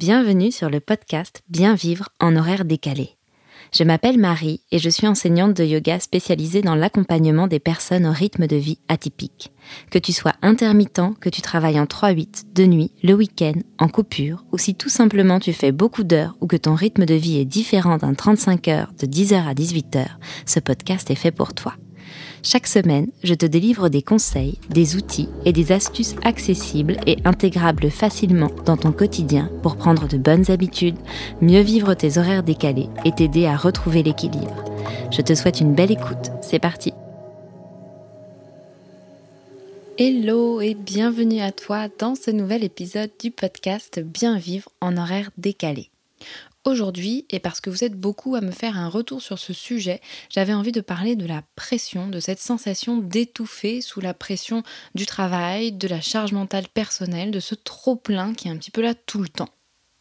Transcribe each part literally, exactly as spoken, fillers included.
Bienvenue sur le podcast Bien vivre en horaire décalé. Je m'appelle Marie et je suis enseignante de yoga spécialisée dans l'accompagnement des personnes au rythme de vie atypique. Que tu sois intermittent, que tu travailles en trois huit, de nuit, le week-end, en coupure, ou si tout simplement tu fais beaucoup d'heures ou que ton rythme de vie est différent d'un trente-cinq heures de dix heures à dix-huit heures, ce podcast est fait pour toi. Chaque semaine, je te délivre des conseils, des outils et des astuces accessibles et intégrables facilement dans ton quotidien pour prendre de bonnes habitudes, mieux vivre tes horaires décalés et t'aider à retrouver l'équilibre. Je te souhaite une belle écoute, c'est parti. Hello et bienvenue à toi dans ce nouvel épisode du podcast Bien vivre en horaire décalé. Aujourd'hui, et parce que vous êtes beaucoup à me faire un retour sur ce sujet, j'avais envie de parler de la pression, de cette sensation d'étouffer sous la pression du travail, de la charge mentale personnelle, de ce trop-plein qui est un petit peu là tout le temps.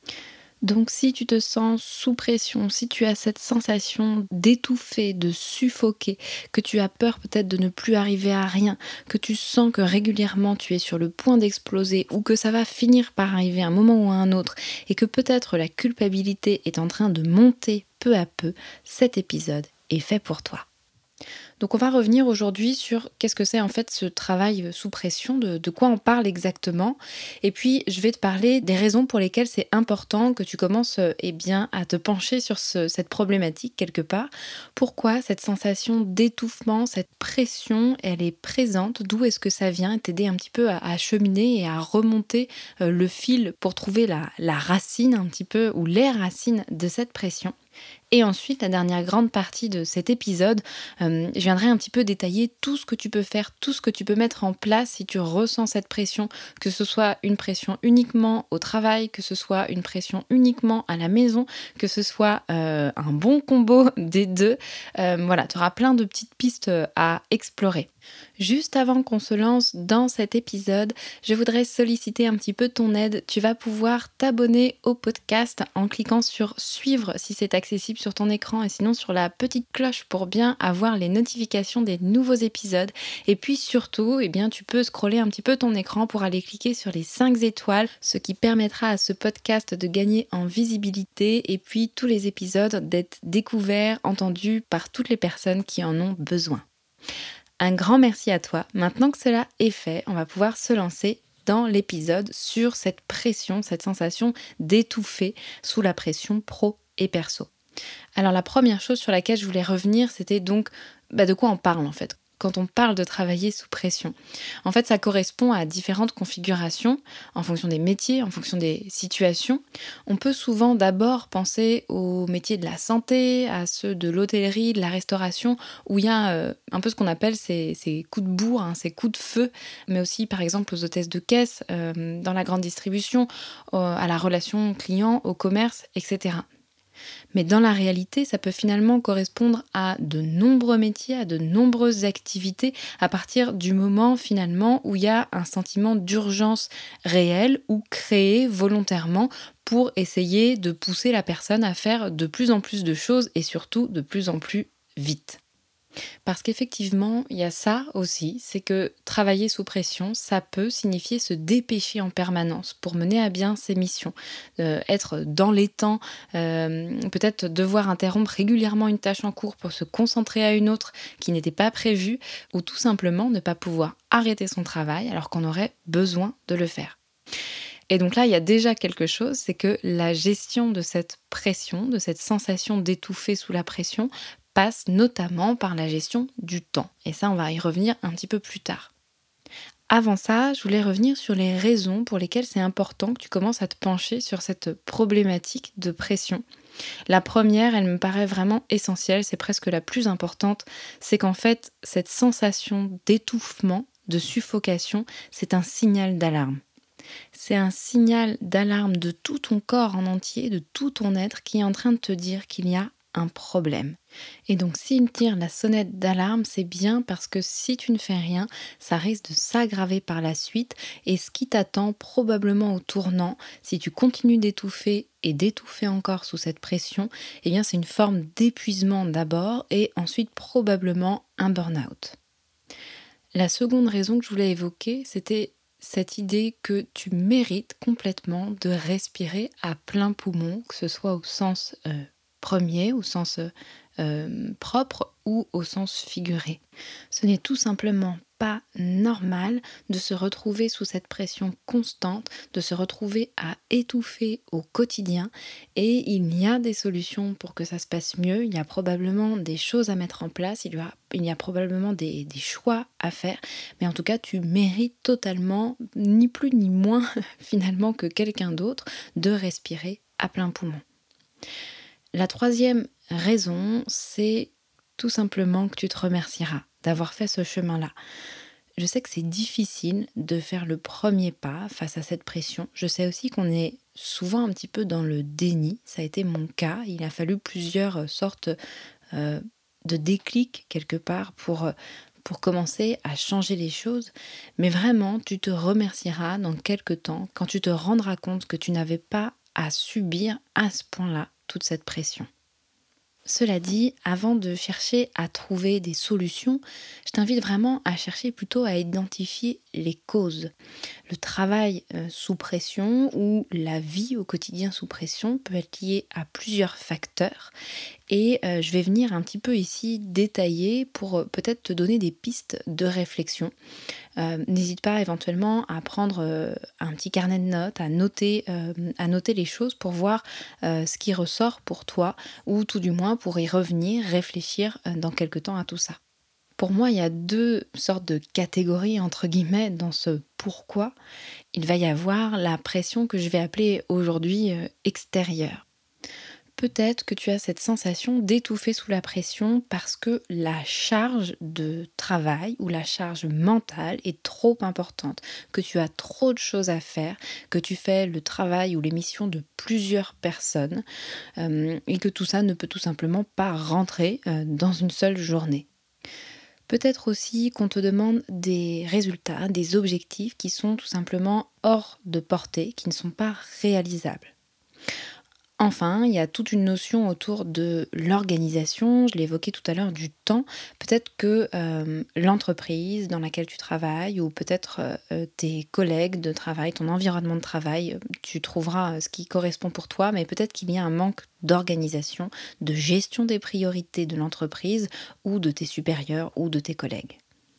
Donc si tu te sens sous pression, si tu as cette sensation d'étouffer, de suffoquer, que tu as peur peut-être de ne plus arriver à rien, que tu sens que régulièrement tu es sur le point d'exploser ou que ça va finir par arriver à un moment ou à un autre et que peut-être la culpabilité est en train de monter peu à peu, cet épisode est fait pour toi. Donc on va revenir aujourd'hui sur qu'est-ce que c'est en fait ce travail sous pression, de, de quoi on parle exactement. Et puis je vais te parler des raisons pour lesquelles c'est important que tu commences eh bien, à te pencher sur ce, cette problématique quelque part. Pourquoi cette sensation d'étouffement, cette pression, elle est présente, d'où est-ce que ça vient, et t'aider un petit peu à, à cheminer et à remonter euh, le fil pour trouver la, la racine un petit peu, ou les racines de cette pression. Et ensuite, la dernière grande partie de cet épisode, euh, je viendrai un petit peu détailler tout ce que tu peux faire, tout ce que tu peux mettre en place si tu ressens cette pression, que ce soit une pression uniquement au travail, que ce soit une pression uniquement à la maison, que ce soit euh, un bon combo des deux. Euh, voilà, tu auras plein de petites pistes à explorer. Juste avant qu'on se lance dans cet épisode, je voudrais solliciter un petit peu ton aide. Tu vas pouvoir t'abonner au podcast en cliquant sur suivre si c'est accessible sur ton écran et sinon sur la petite cloche pour bien avoir les notifications des nouveaux épisodes. Et puis surtout, eh bien, tu peux scroller un petit peu ton écran pour aller cliquer sur les cinq étoiles, ce qui permettra à ce podcast de gagner en visibilité et puis tous les épisodes d'être découverts, entendus par toutes les personnes qui en ont besoin. Un grand merci à toi. Maintenant que cela est fait, on va pouvoir se lancer dans l'épisode sur cette pression, cette sensation d'étouffer sous la pression pro et perso. Alors la première chose sur laquelle je voulais revenir, c'était donc bah, de quoi on parle en fait. Quand on parle de travailler sous pression. En fait, ça correspond à différentes configurations en fonction des métiers, en fonction des situations. On peut souvent d'abord penser aux métiers de la santé, à ceux de l'hôtellerie, de la restauration, où il y a euh, un peu ce qu'on appelle ces, ces coups de bourre, hein, ces coups de feu, mais aussi par exemple aux hôtesses de caisse, euh, dans la grande distribution, euh, à la relation client, au commerce, et cetera. Mais dans la réalité, ça peut finalement correspondre à de nombreux métiers, à de nombreuses activités, à partir du moment finalement où il y a un sentiment d'urgence réel ou créé volontairement pour essayer de pousser la personne à faire de plus en plus de choses et surtout de plus en plus vite. Parce qu'effectivement, il y a ça aussi, c'est que travailler sous pression, ça peut signifier se dépêcher en permanence pour mener à bien ses missions, euh, être dans les temps, euh, peut-être devoir interrompre régulièrement une tâche en cours pour se concentrer à une autre qui n'était pas prévue, ou tout simplement ne pas pouvoir arrêter son travail alors qu'on aurait besoin de le faire. Et donc là, il y a déjà quelque chose, c'est que la gestion de cette pression, de cette sensation d'étouffer sous la pression, passe notamment par la gestion du temps. Et ça, on va y revenir un petit peu plus tard. Avant ça, je voulais revenir sur les raisons pour lesquelles c'est important que tu commences à te pencher sur cette problématique de pression. La première, elle me paraît vraiment essentielle, c'est presque la plus importante, c'est qu'en fait, cette sensation d'étouffement, de suffocation, c'est un signal d'alarme. C'est un signal d'alarme de tout ton corps en entier, de tout ton être qui est en train de te dire qu'il y a un problème. Et donc s'il tire la sonnette d'alarme, c'est bien parce que si tu ne fais rien, ça risque de s'aggraver par la suite et ce qui t'attend probablement au tournant, si tu continues d'étouffer et d'étouffer encore sous cette pression, eh bien c'est une forme d'épuisement d'abord et ensuite probablement un burn-out. La seconde raison que je voulais évoquer, c'était cette idée que tu mérites complètement de respirer à plein poumon, que ce soit au sens euh, premier, au sens euh, euh, propre ou au sens figuré. Ce n'est tout simplement pas normal de se retrouver sous cette pression constante, de se retrouver à étouffer au quotidien, et il y a des solutions pour que ça se passe mieux, il y a probablement des choses à mettre en place, il y a, il y a probablement des, des choix à faire, mais en tout cas tu mérites totalement, ni plus ni moins finalement que quelqu'un d'autre, de respirer à plein poumon. La troisième raison, c'est tout simplement que tu te remercieras d'avoir fait ce chemin-là. Je sais que c'est difficile de faire le premier pas face à cette pression. Je sais aussi qu'on est souvent un petit peu dans le déni. Ça a été mon cas. Il a fallu plusieurs sortes euh, de déclics quelque part pour, euh, pour commencer à changer les choses. Mais vraiment, tu te remercieras dans quelques temps quand tu te rendras compte que tu n'avais pas à subir à ce point-là toute cette pression. Cela dit, avant de chercher à trouver des solutions, je t'invite vraiment à chercher plutôt à identifier les causes. Le travail euh, sous pression ou la vie au quotidien sous pression peut être lié à plusieurs facteurs et euh, je vais venir un petit peu ici détailler pour euh, peut-être te donner des pistes de réflexion. Euh, n'hésite pas éventuellement à prendre euh, un petit carnet de notes, à noter, euh, à noter les choses pour voir euh, ce qui ressort pour toi ou tout du moins pour y revenir, réfléchir euh, dans quelque temps à tout ça. Pour moi, il y a deux sortes de catégories entre guillemets dans ce pourquoi. Il va y avoir la pression que je vais appeler aujourd'hui euh, extérieure. Peut-être que tu as cette sensation d'étouffer sous la pression parce que la charge de travail ou la charge mentale est trop importante, que tu as trop de choses à faire, que tu fais le travail ou les missions de plusieurs personnes euh, et que tout ça ne peut tout simplement pas rentrer euh, dans une seule journée. Peut-être aussi qu'on te demande des résultats, des objectifs qui sont tout simplement hors de portée, qui ne sont pas réalisables. Enfin, il y a toute une notion autour de l'organisation, je l'ai évoqué tout à l'heure, du temps. Peut-être que euh, l'entreprise dans laquelle tu travailles ou peut-être euh, tes collègues de travail, ton environnement de travail, euh, tu trouveras euh, ce qui correspond pour toi, mais peut-être qu'il y a un manque d'organisation, de gestion des priorités de l'entreprise ou de tes supérieurs ou de tes collègues.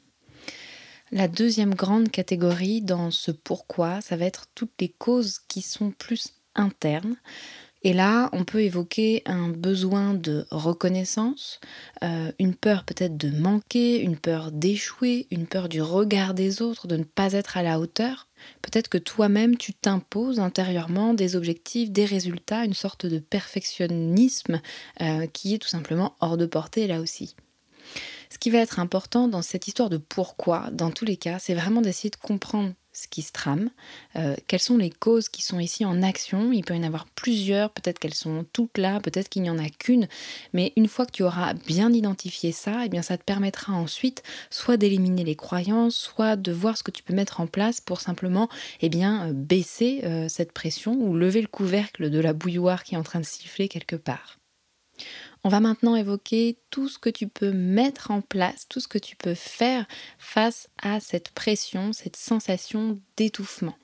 La deuxième grande catégorie dans ce pourquoi, ça va être toutes les causes qui sont plus internes. Et là, on peut évoquer un besoin de reconnaissance, euh, une peur peut-être de manquer, une peur d'échouer, une peur du regard des autres, de ne pas être à la hauteur. Peut-être que toi-même, tu t'imposes intérieurement des objectifs, des résultats, une sorte de perfectionnisme euh, qui est tout simplement hors de portée là aussi. Ce qui va être important dans cette histoire de pourquoi, dans tous les cas, c'est vraiment d'essayer de comprendre ce qui se trame, euh, quelles sont les causes qui sont ici en action. Il peut y en avoir plusieurs, peut-être qu'elles sont toutes là, peut-être qu'il n'y en a qu'une, mais une fois que tu auras bien identifié ça, eh bien ça te permettra ensuite soit d'éliminer les croyances, soit de voir ce que tu peux mettre en place pour simplement eh bien, euh, baisser euh, cette pression ou lever le couvercle de la bouilloire qui est en train de siffler quelque part. On va maintenant évoquer tout ce que tu peux mettre en place, tout ce que tu peux faire face à cette pression, cette sensation d'étouffement.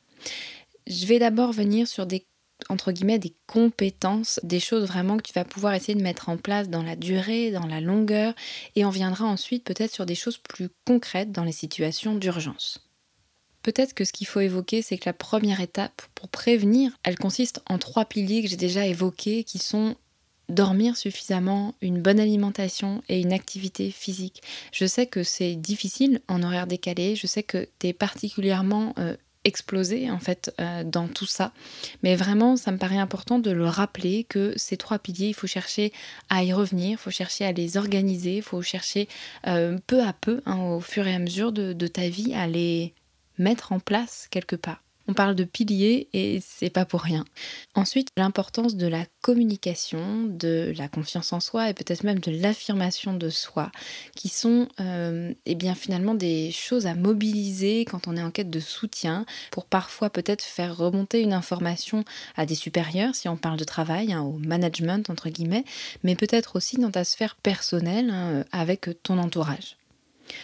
Je vais d'abord venir sur des entre guillemets des compétences, des choses vraiment que tu vas pouvoir essayer de mettre en place dans la durée, dans la longueur, et on viendra ensuite peut-être sur des choses plus concrètes dans les situations d'urgence. Peut-être que ce qu'il faut évoquer, c'est que la première étape pour prévenir, elle consiste en trois piliers que j'ai déjà évoqués, qui sont dormir suffisamment, une bonne alimentation et une activité physique. Je sais que c'est difficile en horaire décalé, je sais que tu es particulièrement euh, explosé en fait euh, dans tout ça, mais vraiment ça me paraît important de le rappeler que ces trois piliers, il faut chercher à y revenir, il faut chercher à les organiser, il faut chercher euh, peu à peu, hein, au fur et à mesure de, de ta vie, à les mettre en place quelque part. On parle de piliers et c'est pas pour rien. Ensuite, l'importance de la communication, de la confiance en soi et peut-être même de l'affirmation de soi, qui sont euh, eh bien finalement des choses à mobiliser quand on est en quête de soutien, pour parfois peut-être faire remonter une information à des supérieurs, si on parle de travail, hein, au management entre guillemets, mais peut-être aussi dans ta sphère personnelle, hein, avec ton entourage.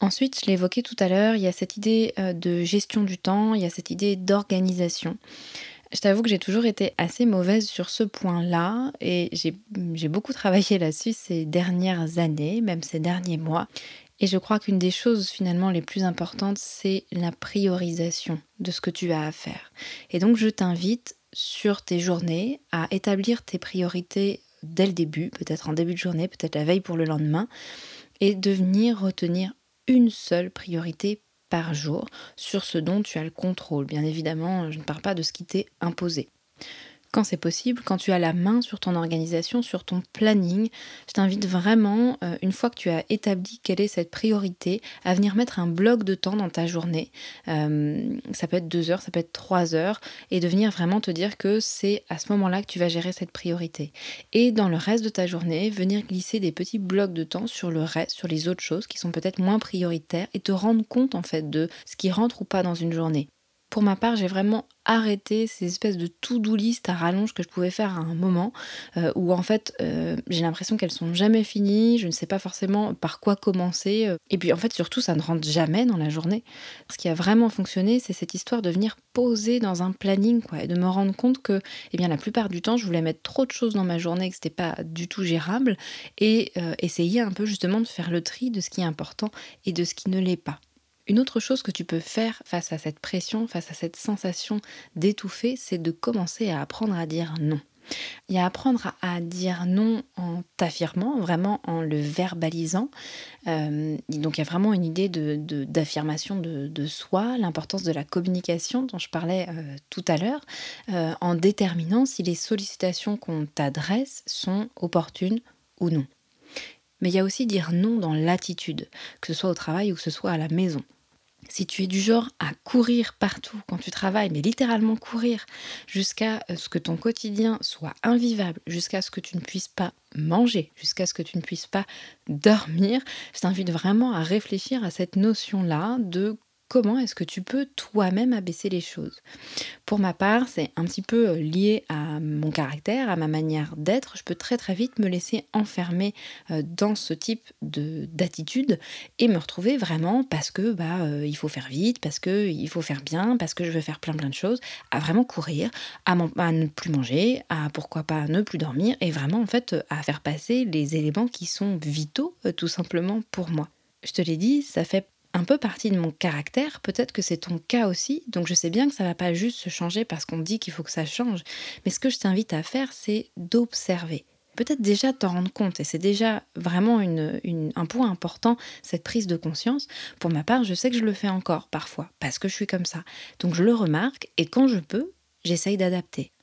Ensuite, je l'ai évoqué tout à l'heure, il y a cette idée euh, de gestion du temps, il y a cette idée d'organisation. Je t'avoue que j'ai toujours été assez mauvaise sur ce point-là et j'ai j'ai beaucoup travaillé là-dessus ces dernières années, même ces derniers mois. Et je crois qu'une des choses finalement les plus importantes, c'est la priorisation de ce que tu as à faire. Et donc je t'invite sur tes journées à établir tes priorités dès le début, peut-être en début de journée, peut-être la veille pour le lendemain, et de venir retenir une seule priorité par jour sur ce dont tu as le contrôle. Bien évidemment, je ne parle pas de ce qui t'est imposé. Quand c'est possible, quand tu as la main sur ton organisation, sur ton planning, je t'invite vraiment, euh, une fois que tu as établi quelle est cette priorité, à venir mettre un bloc de temps dans ta journée. Euh, ça peut être deux heures, ça peut être trois heures, et de venir vraiment te dire que c'est à ce moment-là que tu vas gérer cette priorité. Et dans le reste de ta journée, venir glisser des petits blocs de temps sur le reste, sur les autres choses qui sont peut-être moins prioritaires, et te rendre compte en fait de ce qui rentre ou pas dans une journée. Pour ma part, j'ai vraiment arrêté ces espèces de to-do list à rallonge que je pouvais faire à un moment, heu, où en fait, heu, j'ai l'impression qu'elles sont jamais finies, je ne sais pas forcément par quoi commencer, heu et puis en fait surtout ça ne rentre jamais dans la journée. Ce qui a vraiment fonctionné, c'est cette histoire de venir poser dans un planning quoi et de me rendre compte que, eh bien la plupart du temps, je voulais mettre trop de choses dans ma journée, que c'était pas du tout gérable et heu, essayer un peu justement de faire le tri de ce qui est important et de ce qui ne l'est pas. Une autre chose que tu peux faire face à cette pression, face à cette sensation d'étouffer, c'est de commencer à apprendre à dire non. Il y a apprendre à, à dire non en t'affirmant, vraiment en le verbalisant. Euh, donc il y a vraiment une idée de, de- d'affirmation de, de soi, l'importance de la communication dont je parlais euh, tout à l'heure, euh, en déterminant si les sollicitations qu'on t'adresse sont opportunes ou non. Mais il y a aussi dire non dans l'attitude, que ce soit au travail ou que ce soit à la maison. Si tu es du genre à courir partout quand tu travailles, mais littéralement courir, jusqu'à euh, ce que ton quotidien soit invivable, jusqu'à ce que tu ne puisses pas manger, jusqu'à ce que tu ne puisses pas dormir, je t'invite vraiment à réfléchir à cette notion-là de comment est-ce que tu peux toi-même abaisser les choses. Pour ma part, c'est un petit peu, heu, lié à mon caractère, à ma manière d'être. Je peux très, très vite me laisser enfermer, heu, dans ce type de d'attitude et me retrouver vraiment parce que, bah, heu, il faut faire vite, parce qu'il faut faire bien, parce que je veux faire plein, plein de choses, à vraiment courir, à man à ne plus manger, à pourquoi pas ne plus dormir et vraiment en fait, heu, à faire passer les éléments qui sont vitaux, heu, tout simplement pour moi. Je te l'ai dit, ça fait un peu partie de mon caractère, peut-être que c'est ton cas aussi, donc je sais bien que ça va pas juste se changer parce qu'on dit qu'il faut que ça change, mais ce que je t'invite à faire, c'est d'observer. Peut-être déjà t'en rendre compte, et c'est déjà vraiment une, une- un point important, cette prise de conscience. Pour ma part, je sais que je le fais encore parfois, parce que je suis comme ça. Donc je le remarque, et quand je peux, j'essaye d'adapter.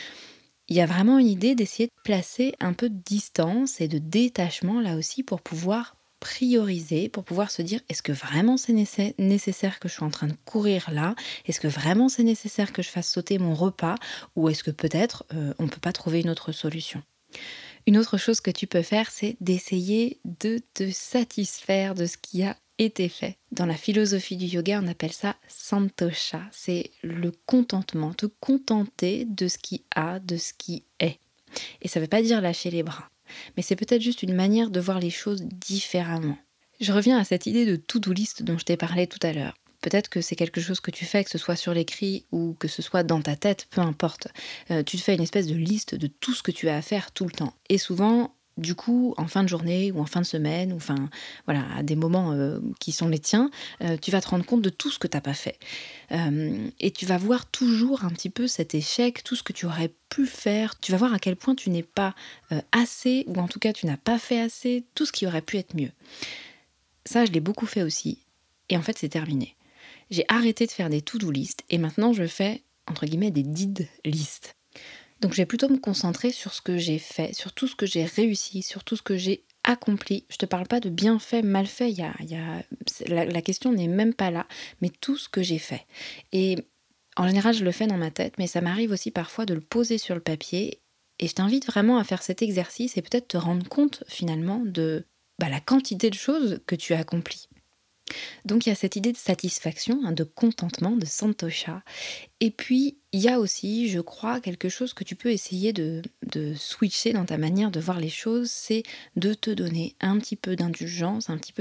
Il y a vraiment une idée d'essayer de placer un peu de distance et de détachement là aussi pour pouvoir prioriser, pour pouvoir se dire est-ce que vraiment c'est nécess- nécessaire que je sois en train de courir là? Est-ce que vraiment c'est nécessaire que je fasse sauter mon repas? Ou est-ce que peut-être euh, on ne peut pas trouver une autre solution? Une autre chose que tu peux faire, c'est d'essayer de te satisfaire de ce qui a été fait. Dans la philosophie du yoga, on appelle ça santosha. C'est le contentement, te contenter de ce qui a, de ce qui est. Et ça ne veut pas dire lâcher les bras, mais c'est peut-être juste une manière de voir les choses différemment. Je reviens à cette idée de to-do list dont je t'ai parlé tout à l'heure. Peut-être que c'est quelque chose que tu fais, que ce soit sur l'écrit ou que ce soit dans ta tête, peu importe. Euh, tu te fais une espèce de liste de tout ce que tu as à faire tout le temps. Et souvent, du coup, en fin de journée ou en fin de semaine, ou enfin, voilà, à des moments euh, qui sont les tiens, euh, tu vas te rendre compte de tout ce que tu n'as pas fait. Euh, et tu vas voir toujours un petit peu cet échec, tout ce que tu aurais pu faire. Tu vas voir à quel point tu n'es pas euh, assez, ou en tout cas tu n'as pas fait assez, tout ce qui aurait pu être mieux. Ça, je l'ai beaucoup fait aussi. Et en fait, c'est terminé. J'ai arrêté de faire des to-do list et maintenant je fais, entre guillemets, des did list. Donc je vais plutôt me concentrer sur ce que j'ai fait, sur tout ce que j'ai réussi, sur tout ce que j'ai accompli. Je te parle pas de bien fait, mal fait, il y a, il y a, la, la question n'est même pas là, mais tout ce que j'ai fait. Et en général, je le fais dans ma tête, mais ça m'arrive aussi parfois de le poser sur le papier. Et je t'invite vraiment à faire cet exercice et peut-être te rendre compte finalement de bah, la quantité de choses que tu as accomplies. Donc il y a cette idée de satisfaction, hein, de contentement, de santosha. Et puis il y a aussi, je crois, quelque chose que tu peux essayer de, de switcher dans ta manière de voir les choses, c'est de te donner un petit peu d'indulgence, un petit peu de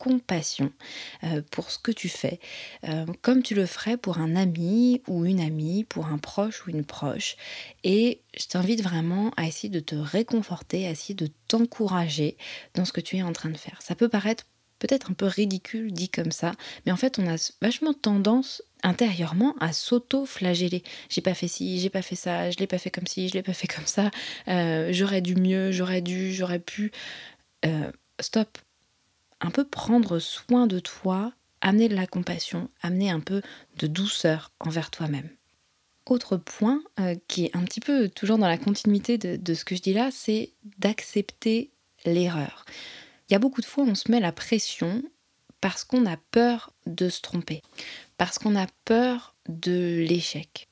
compassion euh, pour ce que tu fais, euh, comme tu le ferais pour un ami ou une amie, pour un proche ou une proche. Et je t'invite vraiment à essayer de te réconforter, à essayer de t'encourager dans ce que tu es en train de faire. Ça peut paraître peut-être un peu ridicule dit comme ça, mais en fait on a vachement tendance intérieurement à s'auto-flageller. J'ai pas fait ci, j'ai pas fait ça, je l'ai pas fait comme ci, je l'ai pas fait comme ça, euh, j'aurais dû mieux, j'aurais dû, j'aurais pu. Euh, stop. Un peu prendre soin de toi, amener de la compassion, amener un peu de douceur envers toi-même. Autre point euh, qui est un petit peu toujours dans la continuité de, de ce que je dis là, c'est d'accepter l'erreur. Il y a beaucoup de fois, on se met la pression parce qu'on a peur de se tromper, parce qu'on a peur de l'échec.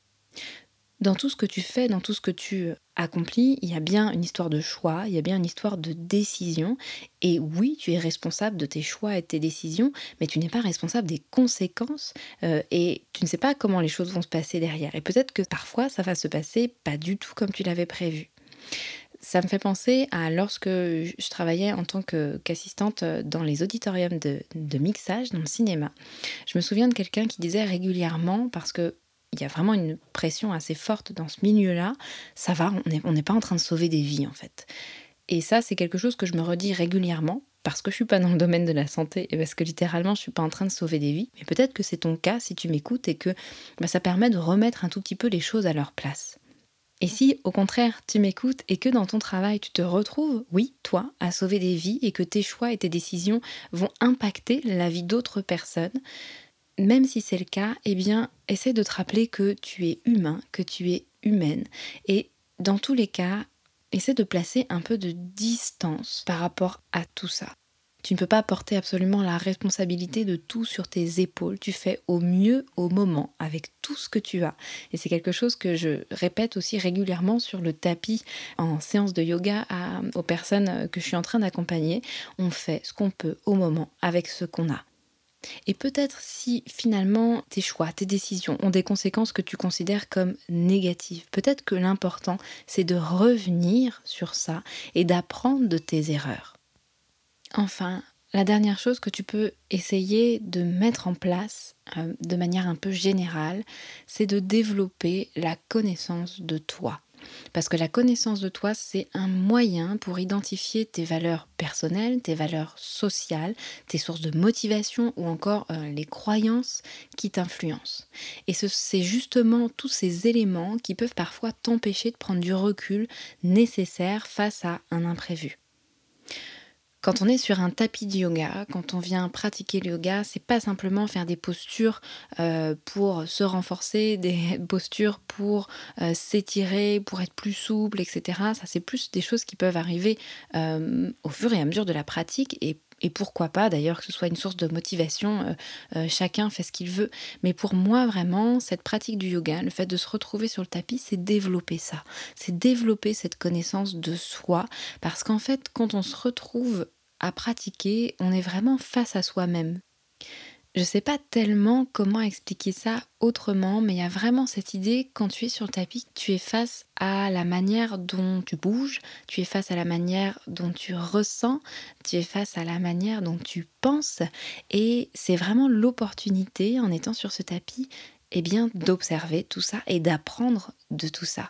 Dans tout ce que tu fais, dans tout ce que tu accomplis, il y a bien une histoire de choix, il y a bien une histoire de décision. Et oui, tu es responsable de tes choix et de tes décisions, mais tu n'es pas responsable des conséquences euh, et tu ne sais pas comment les choses vont se passer derrière. Et peut-être que parfois, ça va se passer pas du tout comme tu l'avais prévu. Ça me fait penser à lorsque je travaillais en tant que, qu'assistante dans les auditoriums de, de mixage dans le cinéma. Je me souviens de quelqu'un qui disait régulièrement, parce que il y a vraiment une pression assez forte dans ce milieu-là, ça va, on n'est on n'est pas en train de sauver des vies en fait. Et ça, c'est quelque chose que je me redis régulièrement, parce que je suis pas dans le domaine de la santé, et parce que littéralement, je suis pas en train de sauver des vies. Mais peut-être que c'est ton cas si tu m'écoutes, et que bah, ça permet de remettre un tout petit peu les choses à leur place. Et si, au contraire, tu m'écoutes et que dans ton travail, tu te retrouves, oui, toi, à sauver des vies et que tes choix et tes décisions vont impacter la vie d'autres personnes, même si c'est le cas, eh bien, essaie de te rappeler que tu es humain, que tu es humaine. Et dans tous les cas, essaie de placer un peu de distance par rapport à tout ça. Tu ne peux pas porter absolument la responsabilité de tout sur tes épaules. Tu fais au mieux au moment avec tout ce que tu as. Et c'est quelque chose que je répète aussi régulièrement sur le tapis en séance de yoga à, aux personnes que je suis en train d'accompagner. On fait ce qu'on peut au moment avec ce qu'on a. Et peut-être si finalement tes choix, tes décisions ont des conséquences que tu considères comme négatives, peut-être que l'important c'est de revenir sur ça et d'apprendre de tes erreurs. Enfin, la dernière chose que tu peux essayer de mettre en place euh, de manière un peu générale, c'est de développer la connaissance de toi. Parce que la connaissance de toi, c'est un moyen pour identifier tes valeurs personnelles, tes valeurs sociales, tes sources de motivation ou encore euh, les croyances qui t'influencent. Et ce, c'est justement tous ces éléments qui peuvent parfois t'empêcher de prendre du recul nécessaire face à un imprévu. Quand on est sur un tapis de yoga, quand on vient pratiquer le yoga, c'est pas simplement faire des postures euh, pour se renforcer, des postures pour euh, s'étirer, pour être plus souple, et cetera. Ça, c'est plus des choses qui peuvent arriver euh, au fur et à mesure de la pratique et et pourquoi pas d'ailleurs que ce soit une source de motivation, euh, euh, chacun fait ce qu'il veut. Mais pour moi vraiment, cette pratique du yoga, le fait de se retrouver sur le tapis, c'est développer ça. C'est développer cette connaissance de soi. Parce qu'en fait, quand on se retrouve à pratiquer, on est vraiment face à soi-même. Je sais pas tellement comment expliquer ça autrement, mais il y a vraiment cette idée, quand tu es sur le tapis, tu es face à la manière dont tu bouges, tu es face à la manière dont tu ressens, tu es face à la manière dont tu penses, et c'est vraiment l'opportunité, en étant sur ce tapis, eh bien, d'observer tout ça et d'apprendre de tout ça.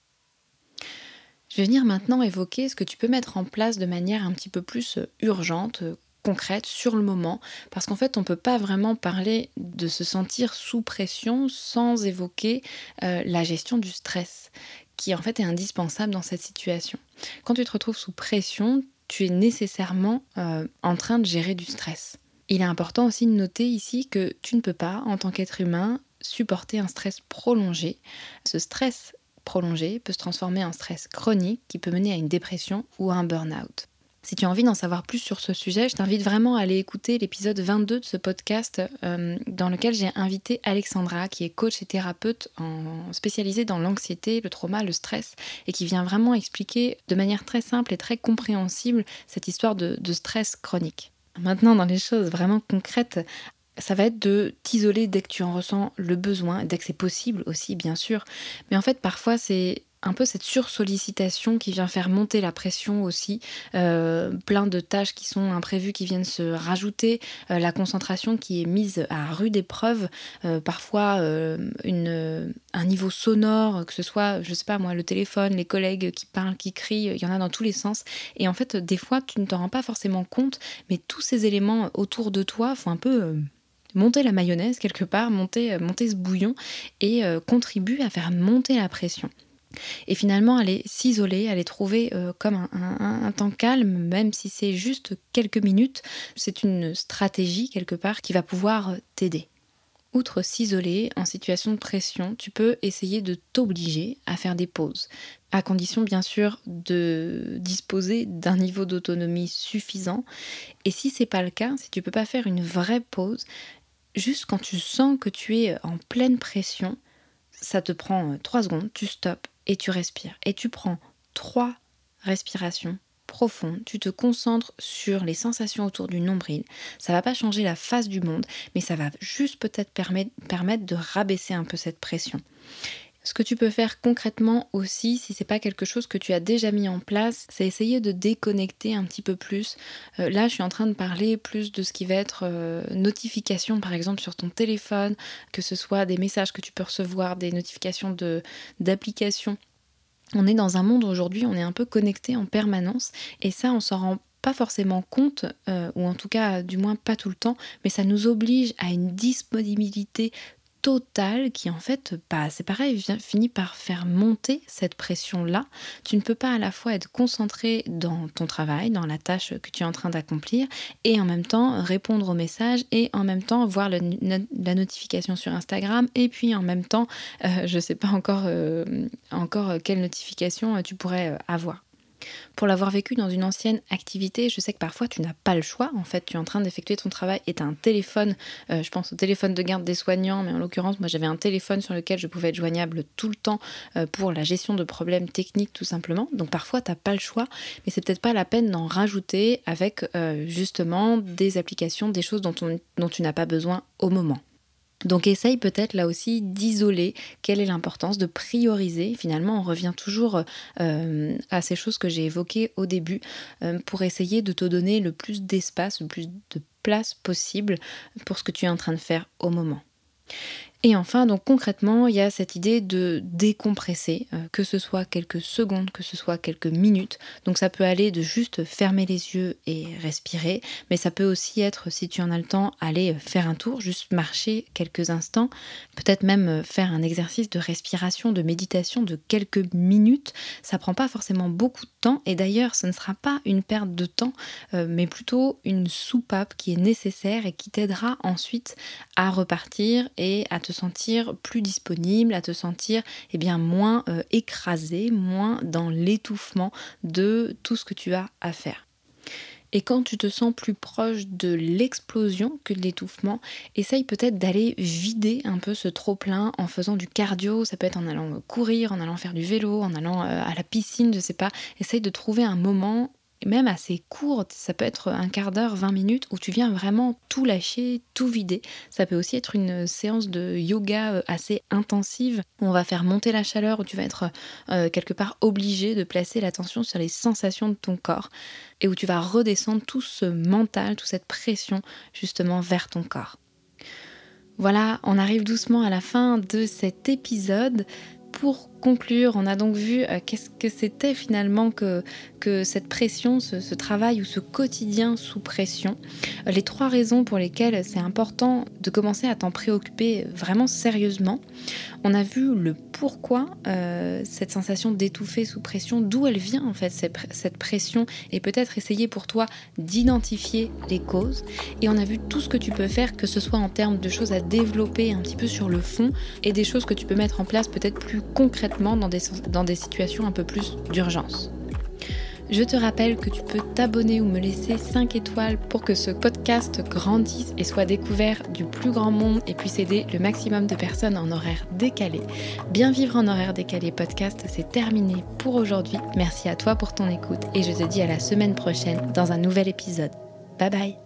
Je vais venir maintenant évoquer ce que tu peux mettre en place de manière un petit peu plus urgente, concrète, sur le moment, parce qu'en fait, on ne peut pas vraiment parler de se sentir sous pression sans évoquer euh, la gestion du stress, qui en fait est indispensable dans cette situation. Quand tu te retrouves sous pression, tu es nécessairement euh, en train de gérer du stress. Il est important aussi de noter ici que tu ne peux pas, en tant qu'être humain, supporter un stress prolongé. Ce stress prolongé peut se transformer en stress chronique qui peut mener à une dépression ou à un burn-out. Si tu as envie d'en savoir plus sur ce sujet, je t'invite vraiment à aller écouter l'épisode vingt-deux de ce podcast euh, dans lequel j'ai invité Alexandra, qui est coach et thérapeute en... spécialisée dans l'anxiété, le trauma, le stress, et qui vient vraiment expliquer de manière très simple et très compréhensible cette histoire de, de stress chronique. Maintenant, dans les choses vraiment concrètes, ça va être de t'isoler dès que tu en ressens le besoin, dès que c'est possible aussi, bien sûr. Mais en fait, parfois, c'est un peu cette sursollicitation qui vient faire monter la pression aussi, euh, plein de tâches qui sont imprévues qui viennent se rajouter, euh, la concentration qui est mise à rude épreuve, euh, parfois euh, une, un niveau sonore, que ce soit, je sais pas moi, le téléphone, les collègues qui parlent, qui crient, il y en a dans tous les sens. Et en fait, des fois, tu ne t'en rends pas forcément compte, mais tous ces éléments autour de toi font un peu euh, monter la mayonnaise quelque part, monter, euh, monter ce bouillon et euh, contribuent à faire monter la pression. Et finalement, aller s'isoler, aller trouver euh, comme un, un, un temps calme, même si c'est juste quelques minutes, c'est une stratégie quelque part qui va pouvoir t'aider. Outre s'isoler en situation de pression, tu peux essayer de t'obliger à faire des pauses, à condition bien sûr de disposer d'un niveau d'autonomie suffisant. Et si c'est pas le cas, si tu peux pas faire une vraie pause, juste quand tu sens que tu es en pleine pression, ça te prend trois secondes, tu stops et tu respires. Et tu prends trois respirations profondes, tu te concentres sur les sensations autour du nombril. Ça va pas changer la face du monde, mais ça va juste peut-être permettre, permettre de rabaisser un peu cette pression. Ce que tu peux faire concrètement aussi, si c'est pas quelque chose que tu as déjà mis en place, c'est essayer de déconnecter un petit peu plus. Euh, là, je suis en train de parler plus de ce qui va être euh, notification, par exemple, sur ton téléphone, que ce soit des messages que tu peux recevoir, des notifications de, d'applications. On est dans un monde où aujourd'hui, on est un peu connecté en permanence et ça, on s'en rend pas forcément compte, euh, ou en tout cas, du moins pas tout le temps, mais ça nous oblige à une disponibilité totale qui en fait, bah, c'est pareil, vient, finit par faire monter cette pression-là. Tu ne peux pas à la fois être concentré dans ton travail, dans la tâche que tu es en train d'accomplir, et en même temps répondre aux messages, et en même temps voir le, la notification sur Instagram, et puis en même temps, euh, je ne sais pas encore, euh, encore quelle notification tu pourrais avoir. Pour l'avoir vécu dans une ancienne activité, je sais que parfois tu n'as pas le choix. En fait, tu es en train d'effectuer ton travail et tu as un téléphone, euh, je pense au téléphone de garde des soignants, mais en l'occurrence, moi j'avais un téléphone sur lequel je pouvais être joignable tout le temps euh, pour la gestion de problèmes techniques tout simplement. Donc parfois tu n'as pas le choix, mais c'est peut-être pas la peine d'en rajouter avec euh, justement des applications, des choses dont, on, dont tu n'as pas besoin au moment. Donc essaye peut-être là aussi d'isoler quelle est l'importance, de prioriser. Finalement, on revient toujours euh, à ces choses que j'ai évoquées au début euh, pour essayer de te donner le plus d'espace, le plus de place possible pour ce que tu es en train de faire au moment. Et enfin, donc concrètement, il y a cette idée de décompresser, euh, que ce soit quelques secondes, que ce soit quelques minutes. Donc ça peut aller de juste fermer les yeux et respirer, mais ça peut aussi être, si tu en as le temps, aller faire un tour, juste marcher quelques instants, peut-être même faire un exercice de respiration, de méditation de quelques minutes. Ça prend pas forcément beaucoup de temps, et d'ailleurs, ce ne sera pas une perte de temps, euh, mais plutôt une soupape qui est nécessaire et qui t'aidera ensuite à repartir et à te sentir plus disponible, à te sentir eh bien, moins euh, écrasé, moins dans l'étouffement de tout ce que tu as à faire. Et quand tu te sens plus proche de l'explosion que de l'étouffement, essaye peut-être d'aller vider un peu ce trop-plein en faisant du cardio. Ça peut être en allant courir, en allant faire du vélo, en allant euh, à la piscine, je sais pas. Essaye de trouver un moment, même assez court, ça peut être un quart d'heure, vingt minutes, où tu viens vraiment tout lâcher, tout vider. Ça peut aussi être une séance de yoga assez intensive, où on va faire monter la chaleur, où tu vas être euh, quelque part obligé de placer l'attention sur les sensations de ton corps, et où tu vas redescendre tout ce mental, toute cette pression justement vers ton corps. Voilà, on arrive doucement à la fin de cet épisode. Pour conclure, on a donc vu euh, qu'est-ce que c'était finalement que, que cette pression, ce, ce travail ou ce quotidien sous pression. Euh, les trois raisons pour lesquelles c'est important de commencer à t'en préoccuper vraiment sérieusement. On a vu le pourquoi euh, cette sensation d'étouffer sous pression, d'où elle vient en fait cette, cette pression, et peut-être essayer pour toi d'identifier les causes. Et on a vu tout ce que tu peux faire, que ce soit en termes de choses à développer un petit peu sur le fond et des choses que tu peux mettre en place peut-être plus concrètement dans des, dans des situations un peu plus d'urgence. Je te rappelle que tu peux t'abonner ou me laisser cinq étoiles pour que ce podcast grandisse et soit découvert du plus grand monde et puisse aider le maximum de personnes en horaire décalé. Bien vivre en horaire décalé podcast, c'est terminé pour aujourd'hui. Merci à toi pour ton écoute et je te dis à la semaine prochaine dans un nouvel épisode. Bye bye.